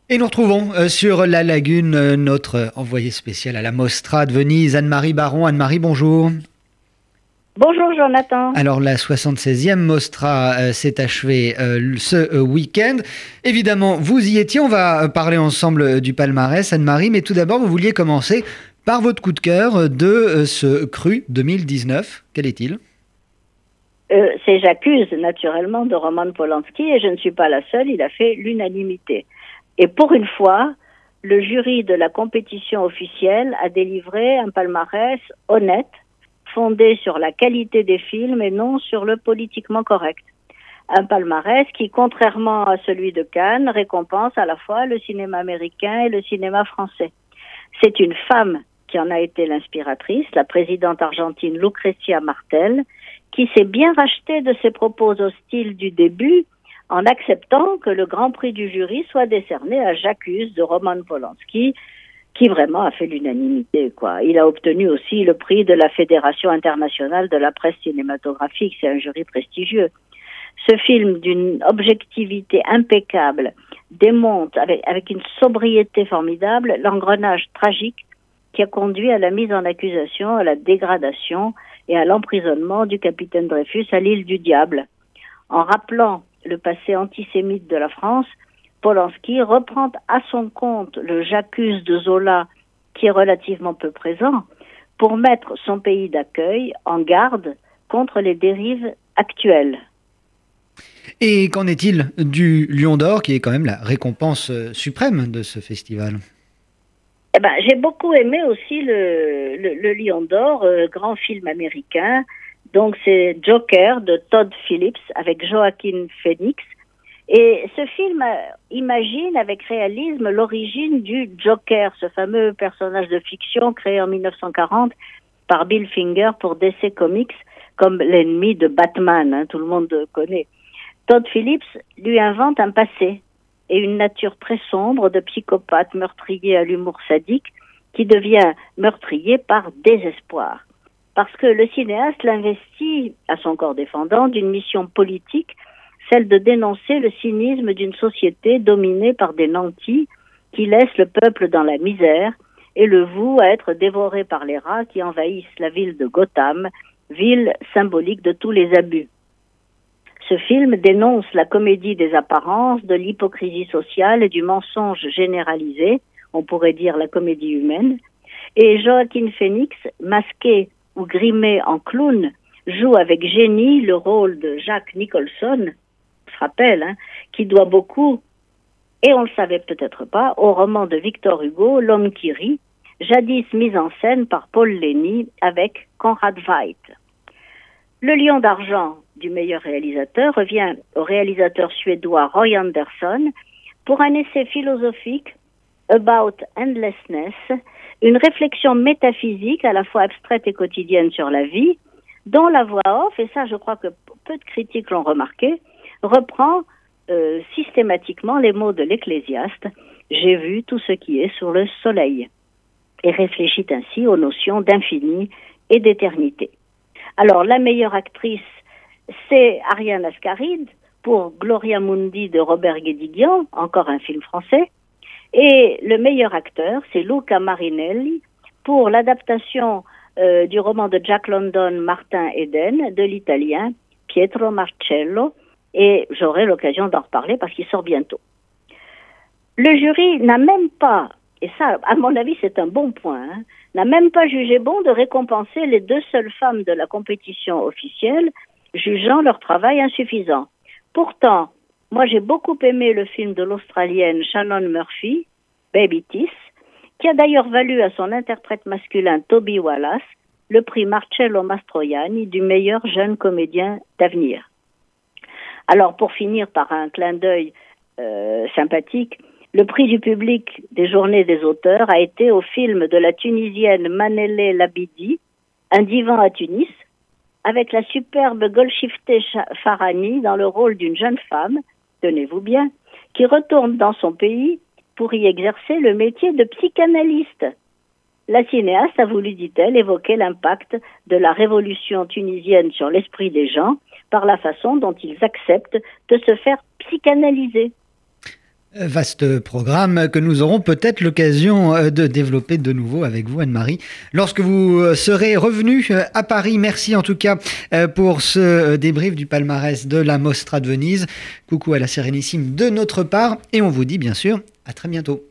Et nous retrouvons sur la Lagune notre envoyée spéciale à la Mostra de Venise, Anne-Marie Baron. Anne-Marie, bonjour. Bonjour Jonathan. Alors la 76e Mostra s'est achevée ce week-end. Évidemment, vous y étiez, on va parler ensemble du palmarès, Anne-Marie, mais tout d'abord, vous vouliez commencer par votre coup de cœur de ce Cru 2019. Quel est-il ? C'est J'accuse, naturellement, de Roman Polanski, et je ne suis pas la seule, il a fait l'unanimité. Et pour une fois, le jury de la compétition officielle a délivré un palmarès honnête, fondé sur la qualité des films et non sur le politiquement correct. Un palmarès qui, contrairement à celui de Cannes, récompense à la fois le cinéma américain et le cinéma français. C'est une femme qui en a été l'inspiratrice, la présidente argentine Lucrecia Martel, qui s'est bien rachetée de ses propos hostiles du début en acceptant que le grand prix du jury soit décerné à J'accuse de Roman Polanski, qui vraiment a fait l'unanimité, quoi. Il a obtenu aussi le prix de la Fédération internationale de la presse cinématographique, c'est un jury prestigieux. Ce film, d'une objectivité impeccable, démonte avec une sobriété formidable l'engrenage tragique qui a conduit à la mise en accusation, à la dégradation et à l'emprisonnement du capitaine Dreyfus à l'île du Diable. En rappelant le passé antisémite de la France, Polanski reprend à son compte le J'accuse de Zola, qui est relativement peu présent, pour mettre son pays d'accueil en garde contre les dérives actuelles. Et qu'en est-il du Lion d'Or, qui est quand même la récompense suprême de ce festival ? J'ai beaucoup aimé aussi le Lion d'Or, grand film américain. Donc c'est Joker de Todd Phillips avec Joaquin Phoenix. Et ce film imagine avec réalisme l'origine du Joker, ce fameux personnage de fiction créé en 1940 par Bill Finger pour DC Comics comme l'ennemi de Batman, tout le monde connaît. Todd Phillips lui invente un passé et une nature très sombre de psychopathe meurtrier à l'humour sadique qui devient meurtrier par désespoir. Parce que le cinéaste l'investit, à son corps défendant, d'une mission politique, celle de dénoncer le cynisme d'une société dominée par des nantis qui laissent le peuple dans la misère et le vouent à être dévoré par les rats qui envahissent la ville de Gotham, ville symbolique de tous les abus. Ce film dénonce la comédie des apparences, de l'hypocrisie sociale et du mensonge généralisé, on pourrait dire la comédie humaine, et Joaquin Phoenix, masqué ou grimé en clown, joue avec génie le rôle de Jack Nicholson, on se rappelle, qui doit beaucoup, et on le savait peut-être pas, au roman de Victor Hugo, L'homme qui rit, jadis mis en scène par Paul Leni avec Conrad Veidt. Le Lion d'argent du meilleur réalisateur revient au réalisateur suédois Roy Andersson pour un essai philosophique About Endlessness, une réflexion métaphysique à la fois abstraite et quotidienne sur la vie, dont la voix off, et ça je crois que peu de critiques l'ont remarqué, reprend systématiquement les mots de l'Ecclésiaste « J'ai vu tout ce qui est sur le soleil » et réfléchit ainsi aux notions d'infini et d'éternité. Alors la meilleure actrice, c'est Ariane Ascaride pour Gloria Mundi de Robert Guédiguian, encore un film français. Et le meilleur acteur, c'est Luca Marinelli pour l'adaptation du roman de Jack London, Martin Eden, de l'italien Pietro Marcello. Et j'aurai l'occasion d'en reparler parce qu'il sort bientôt. Le jury n'a même pas, et ça, à mon avis, c'est un bon point, n'a même pas jugé bon de récompenser les deux seules femmes de la compétition officielle, jugeant leur travail insuffisant. Pourtant, moi j'ai beaucoup aimé le film de l'Australienne Shannon Murphy, Baby Teeth, qui a d'ailleurs valu à son interprète masculin Toby Wallace le prix Marcello Mastroianni du meilleur jeune comédien d'avenir. Alors pour finir par un clin d'œil sympathique, le prix du public des Journées des auteurs a été au film de la Tunisienne Manele Labidi, Un divan à Tunis, avec la superbe Golshifteh Farahani dans le rôle d'une jeune femme, tenez-vous bien, qui retourne dans son pays pour y exercer le métier de psychanalyste. La cinéaste a voulu, dit-elle, évoquer l'impact de la révolution tunisienne sur l'esprit des gens par la façon dont ils acceptent de se faire psychanalyser. Vaste programme que nous aurons peut-être l'occasion de développer de nouveau avec vous, Anne-Marie, lorsque vous serez revenu à Paris. Merci en tout cas pour ce débrief du palmarès de la Mostra de Venise. Coucou à la Sérénissime de notre part et on vous dit bien sûr à très bientôt.